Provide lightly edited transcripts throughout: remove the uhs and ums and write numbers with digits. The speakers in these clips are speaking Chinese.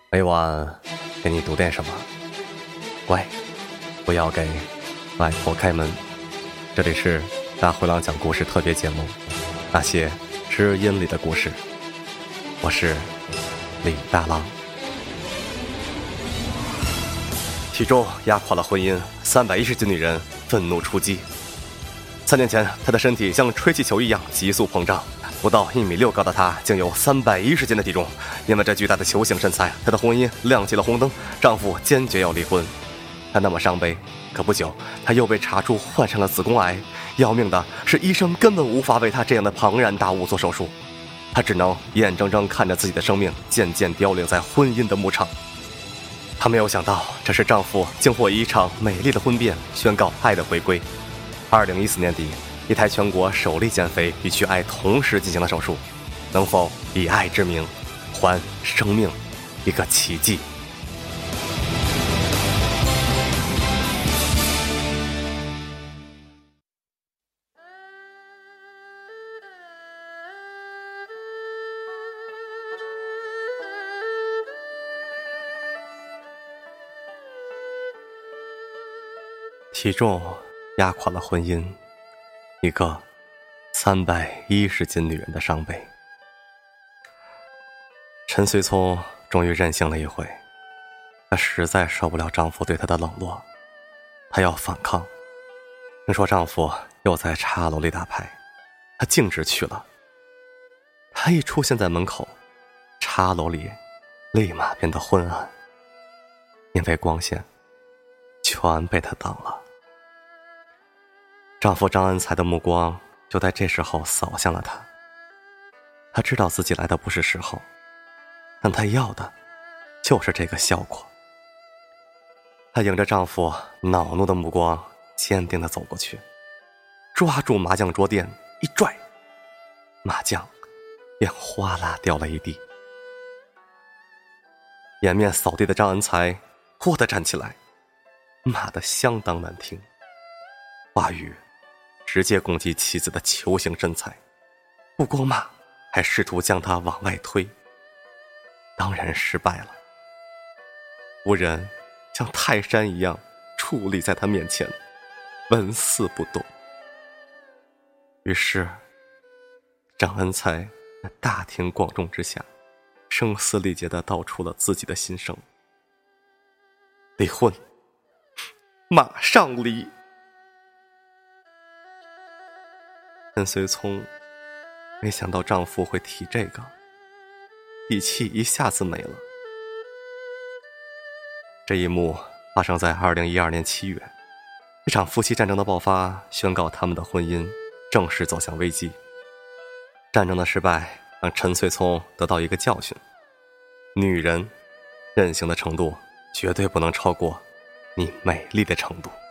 每晚给你读点什么，乖，不要给外婆开门。这里是大灰狼讲故事特别节目，那些知音里的故事。我是李大狼。体重压垮了婚姻，310斤女人愤怒出击。3年前，她的身体像吹气球一样急速膨胀，不到1.6米高的她竟有310斤的体重。因为这巨大的球形身材，她的婚姻亮起了红灯，丈夫坚决要离婚。她那么伤悲，可不久她又被查出患上了子宫癌。要命的是，医生根本无法为她这样的庞然大物做手术，她只能眼睁睁看着自己的生命渐渐凋零在婚姻的牧场。她没有想到，这时丈夫竟会以一场美丽的婚变宣告爱的回归。2014年底，一台全国首例减肥与去爱同时进行的手术，能否以爱之名还生命一个奇迹？体重压垮了婚姻，一个310斤女人的伤悲。陈随聪终于任性了一回，她实在受不了丈夫对她的冷落，她要反抗。听说丈夫又在茶楼里打牌，她径直去了。她一出现在门口，茶楼里立马变得昏暗，因为光线全被她挡了。丈夫张恩才的目光就在这时候扫向了她。她知道自己来的不是时候，但她要的就是这个效果。她迎着丈夫恼怒的目光，坚定地走过去，抓住麻将桌垫一拽，麻将便哗啦掉了一地。颜面扫地的张恩才豁地站起来，骂得相当难听，话语直接攻击妻子的球形身材，不光骂，还试图将她往外推。当然失败了，夫人像泰山一样矗立在他面前，纹丝不动。于是张恩才在大庭广众之下声嘶力竭地道出了自己的心声：离婚，马上离。陈随聪没想到丈夫会提这个，底气一下子没了。这一幕发生在2012年7月，一场夫妻战争的爆发宣告他们的婚姻正式走向危机。战争的失败让陈随聪得到一个教训：女人任性的程度绝对不能超过你美丽的程度。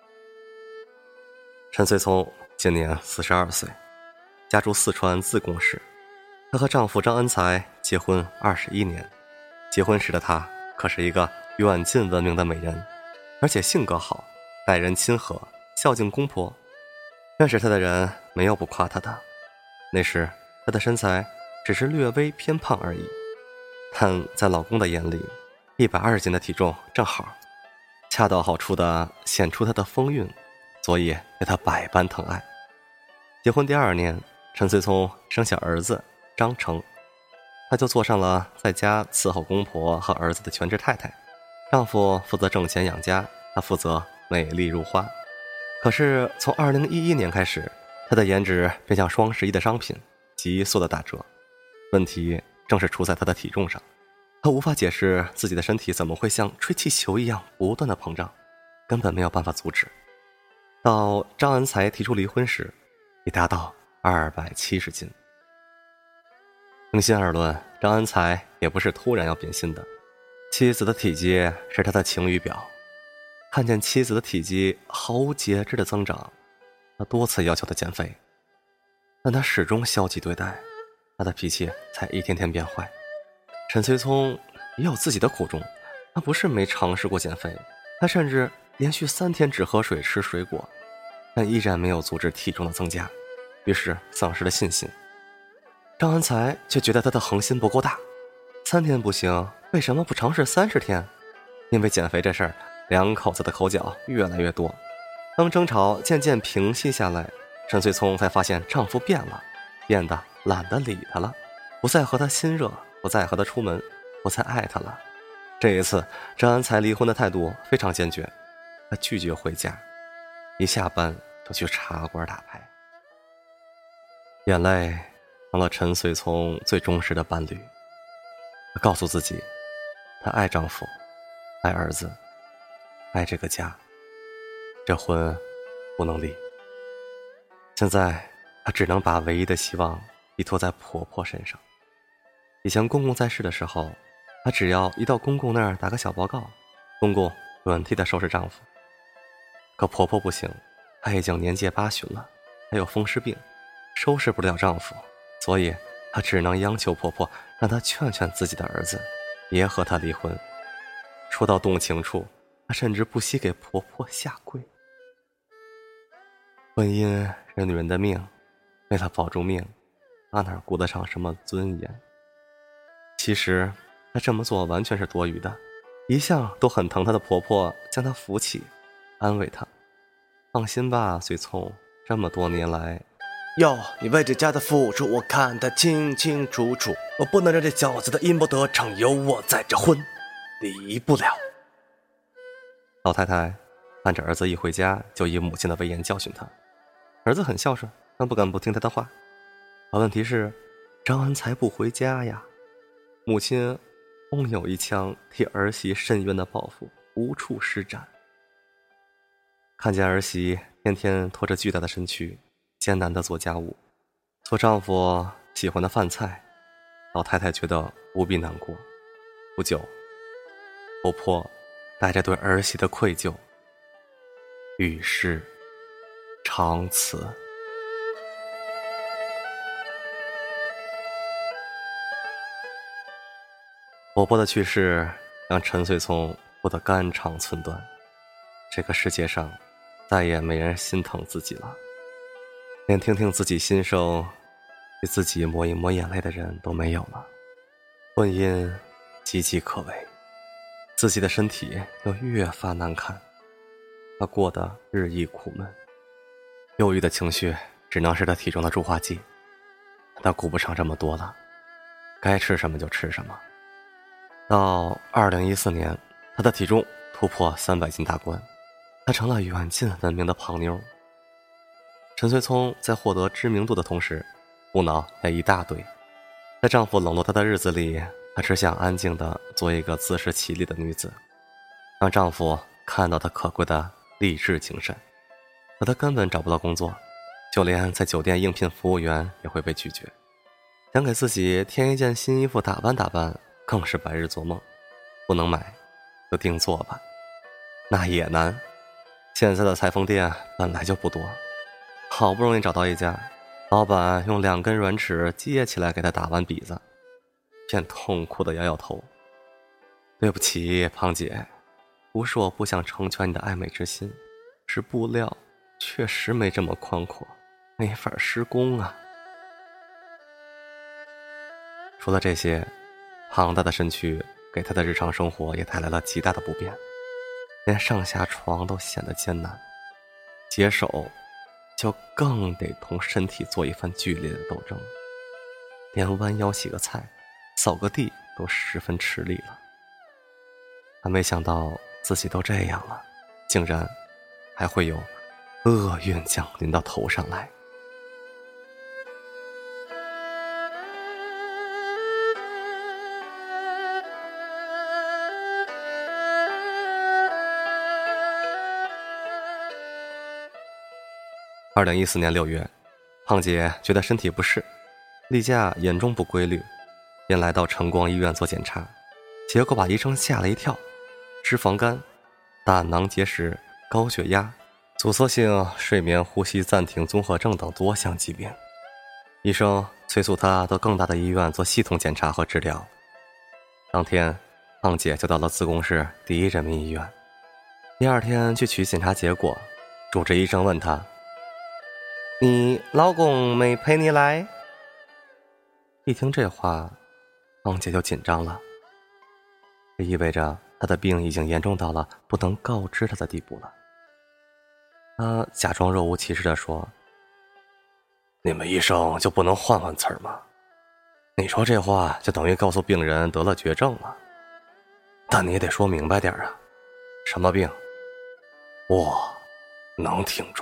陈随聪今年42岁，家住四川自贡市。她和丈夫张恩才结婚21年，结婚时的她可是一个远近闻名的美人，而且性格好，待人亲和，孝敬公婆。认识她的人没有不夸她的。那时她的身材只是略微偏胖而已，但在老公的眼里，120斤的体重正好，恰到好处地显出她的风韵，所以对她百般疼爱。结婚第2年，陈随聪生下儿子张成，她就做上了在家伺候公婆和儿子的全职太太。丈夫负责挣钱养家，她负责美丽如花。可是从2011年开始，她的颜值便像双11的商品，急速的打折。问题正是出在她的体重上，她无法解释自己的身体怎么会像吹气球一样不断的膨胀，根本没有办法阻止。到张恩才提出离婚时，已达到270斤。平心而论，张恩才也不是突然要变心的，妻子的体积是他的晴雨表。看见妻子的体积毫无节制的增长，他多次要求她减肥，但他始终消极对待，他的脾气才一天天变坏。陈随聪也有自己的苦衷，他不是没尝试过减肥，他甚至连续3天只喝水吃水果，但依然没有阻止体重的增加，于是丧失了信心。张恩才却觉得他的恒心不够大，3天不行为什么不尝试30天？因为减肥这事儿，两口子的口角越来越多。当争吵渐渐平息下来，陈穗聪才发现丈夫变了，变得懒得理她了，不再和她亲热，不再和她出门，不再爱她了。这一次，张安才离婚的态度非常坚决，他拒绝回家，一下班就去茶馆打牌。眼泪成了陈穗聪最忠实的伴侣。她告诉自己，她爱丈夫，爱儿子，爱这个家，这婚不能离。现在她只能把唯一的希望依托在婆婆身上。以前公公在世的时候，她只要一到公公那儿打个小报告，公公轮替的收拾丈夫。可婆婆不行，她已经年届80了，还有风湿病，收拾不了丈夫，所以她只能央求婆婆让她劝劝自己的儿子，别和她离婚。说到动情处，她甚至不惜给婆婆下跪。婚姻是女人的命，为了保住命，她哪顾得上什么尊严？其实她这么做完全是多余的。一向都很疼她的婆婆将她扶起，安慰她：放心吧，穗聪，这么多年来， 哟，你为这家的付出我看得清清楚楚，我不能让这小子的阴谋得逞，有我在，这婚离不了。 老太太看着儿子一回家就以母亲的威严教训他，儿子很孝顺，但不敢不听他的话。可问题是，张安才不回家呀，母亲空有一腔替儿媳伸冤的抱负，无处施展。看见儿媳天天拖着巨大的身躯，艰难地做家务，做丈夫喜欢的饭菜，老太太觉得无比难过。不久，婆婆带着对儿媳的愧疚，与世长辞。婆婆的去世让陈穗聪哭得肝肠寸断，这个世界上再也没人心疼自己了，连听听自己心声，给自己抹一抹眼泪的人都没有了。婚姻岌岌可危，自己的身体又越发难看，她过得日益苦闷，忧郁的情绪只能是她体重的助化剂。她顾不上这么多了，该吃什么就吃什么。到2014年，她的体重突破300斤大关，她成了远近闻名的胖妞。陈穗聪在获得知名度的同时，苦恼也一大堆。在丈夫冷落她的日子里，她只想安静地做一个自食其力的女子，让丈夫看到她可贵的励志精神。可她根本找不到工作，就连在酒店应聘服务员也会被拒绝。想给自己添一件新衣服打扮打扮，更是白日做梦。不能买就定做吧，那也难。现在的裁缝店本来就不多，好不容易找到一家，老板用2根软尺接起来给他打完鼻子，便痛苦地摇摇头。对不起，胖姐，不是我不想成全你的爱美之心，是布料确实没这么宽阔，没法施工啊。除了这些，庞大的身躯给他的日常生活也带来了极大的不便，连上下床都显得艰难，解手就更得同身体做一番剧烈的斗争，连弯腰洗个菜、扫个地都十分吃力了。他没想到自己都这样了，竟然还会有厄运降临到头上来。2014年6月，胖姐觉得身体不适，例假严重不规律，便来到晨光医院做检查，结果把医生吓了一跳，脂肪肝、胆囊结石、高血压、阻塞性睡眠呼吸暂停综合症等多项疾病。医生催促她到更大的医院做系统检查和治疗。当天，胖姐就到了自贡市第一人民医院。第2天去取检查结果，主治医生问她：你老公没陪你来？一听这话，胖姐就紧张了。 这意味着他的病已经严重到了不能告知他的地步了。他假装若无其事地说： 你们医生就不能换换词儿吗？你说这话就等于告诉病人得了绝症了。但你也得说明白点啊，什么病？我能挺住。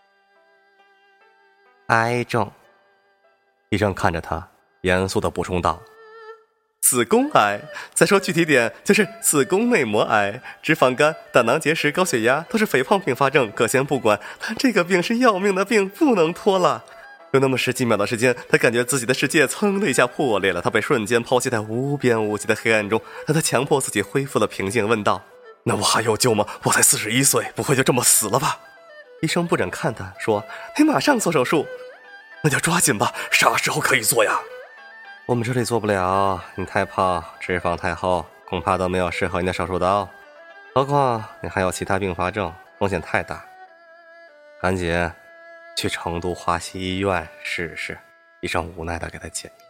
癌症。医生看着他，严肃地补充道：子宫癌，再说具体点，就是子宫内膜癌、脂肪肝、胆囊结石、高血压，都是肥胖并发症，可先不管。但这个病是要命的病，不能拖了。有那么10几秒的时间，他感觉自己的世界噌的一下破裂了，他被瞬间抛弃在无边无际的黑暗中。但他强迫自己恢复了平静，问道： 那我还有救吗？我才41岁，不会就这么死了吧？ 医生不忍看他，说：你马上做手术。 那就抓紧吧，啥时候可以做呀？ 我们这里做不了，你太胖，脂肪太厚，恐怕都没有适合你的手术刀。何况你还有其他并发症，风险太大。赶紧去成都华西医院试试。医生无奈地给他建议。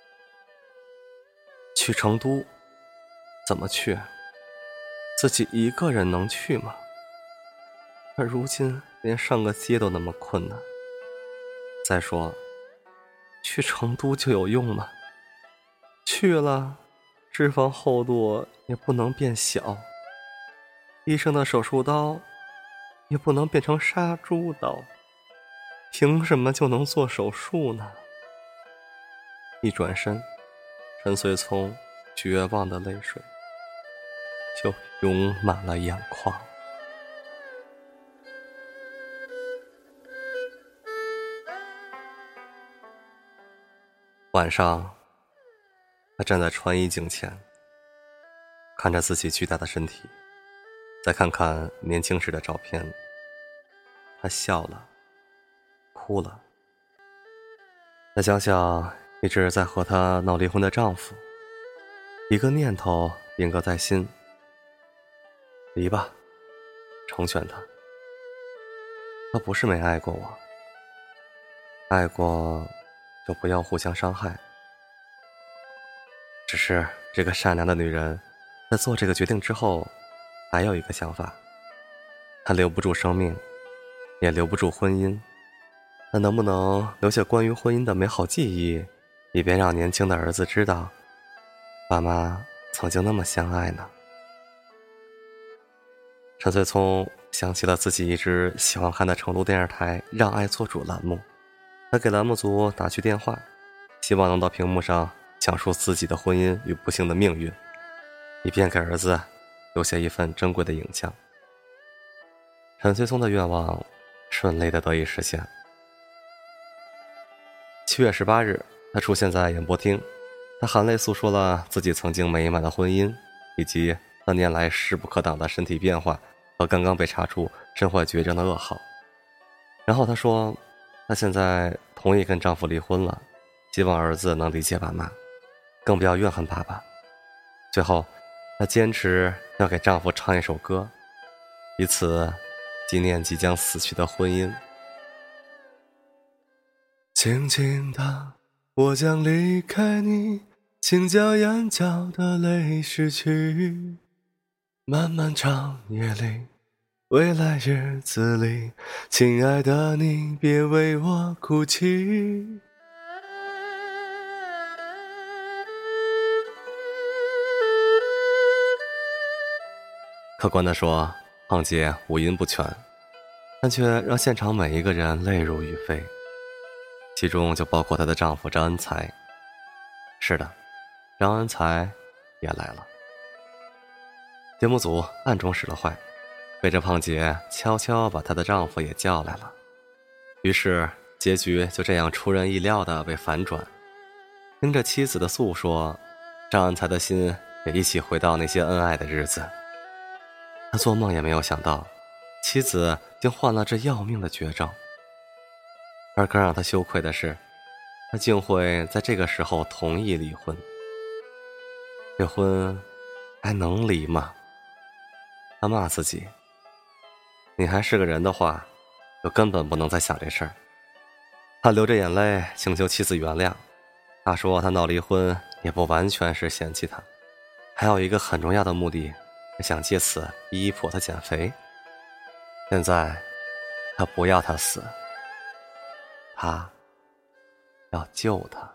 去成都？怎么去？自己一个人能去吗？而如今连上个街都那么困难。再说，去成都就有用吗？去了，脂肪厚度也不能变小，医生的手术刀也不能变成杀猪刀，凭什么就能做手术呢？一转身，陈随聪绝望的泪水就涌满了眼眶。晚上，他站在穿衣镜前，看着自己巨大的身体，再看看年轻时的照片，他笑了，哭了。再想想一直在和他闹离婚的丈夫，一个念头萦搁在心：离吧，成全他。他不是没爱过我，爱过就不要互相伤害。只是这个善良的女人在做这个决定之后，还有一个想法：她留不住生命，也留不住婚姻，那能不能留下关于婚姻的美好记忆，以便让年轻的儿子知道爸妈曾经那么相爱呢？陈随聪想起了自己一直喜欢看的成都电视台《让爱做主》栏目，他给栏目组打去电话，希望能到屏幕上讲述自己的婚姻与不幸的命运，以便给儿子留下一份珍贵的影像。陈随聪的愿望顺利的得以实现。7月18日，他出现在演播厅，他含泪诉说了自己曾经美满的婚姻，以及3年来势不可挡的身体变化和刚刚被查出身患绝症的噩耗。然后他说，她现在同意跟丈夫离婚了，希望儿子能理解爸妈，更不要怨恨爸爸。最后，她坚持要给丈夫唱一首歌，以此纪念即将死去的婚姻。轻轻的，我将离开你，请将眼角的泪拭去。漫漫长夜里，未来日子里，亲爱的你别为我哭泣。客观地说，胖姐五音不全，但却让现场每一个人泪如雨飞，其中就包括她的丈夫张恩才。是的，张恩才也来了。节目组暗中使了坏，背着胖姐悄悄把她的丈夫也叫来了。于是结局就这样出人意料地被反转。听着妻子的诉说，张恩才的心也一起回到那些恩爱的日子。他做梦也没有想到，妻子竟患了这要命的绝症。而更让他羞愧的是，他竟会在这个时候同意离婚。这婚还能离吗？他骂自己，你还是个人的话，就根本不能再想这事儿。他流着眼泪请求妻子原谅，他说他闹离婚也不完全是嫌弃他， 还有一个很重要的目的，是想借此逼迫他减肥。现在他不要他死，他要救他。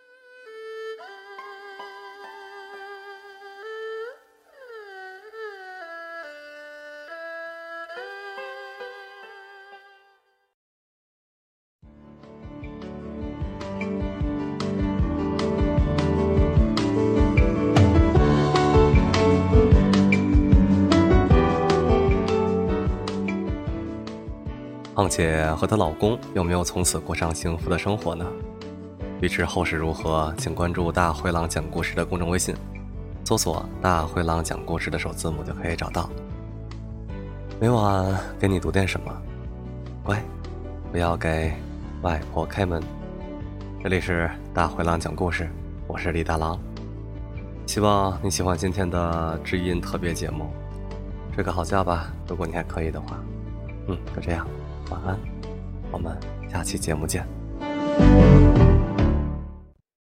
况且和她老公有没有从此过上幸福的生活呢？预知后事如何，请关注大灰狼讲故事的公众微信，搜索大灰狼讲故事的首字母就可以找到。每晚给你读点什么，乖，不要给外婆开门。这里是大灰狼讲故事，我是李大狼，希望你喜欢今天的知音特别节目。睡个好觉吧，如果你还可以的话。就这样，晚安，我们下期节目见。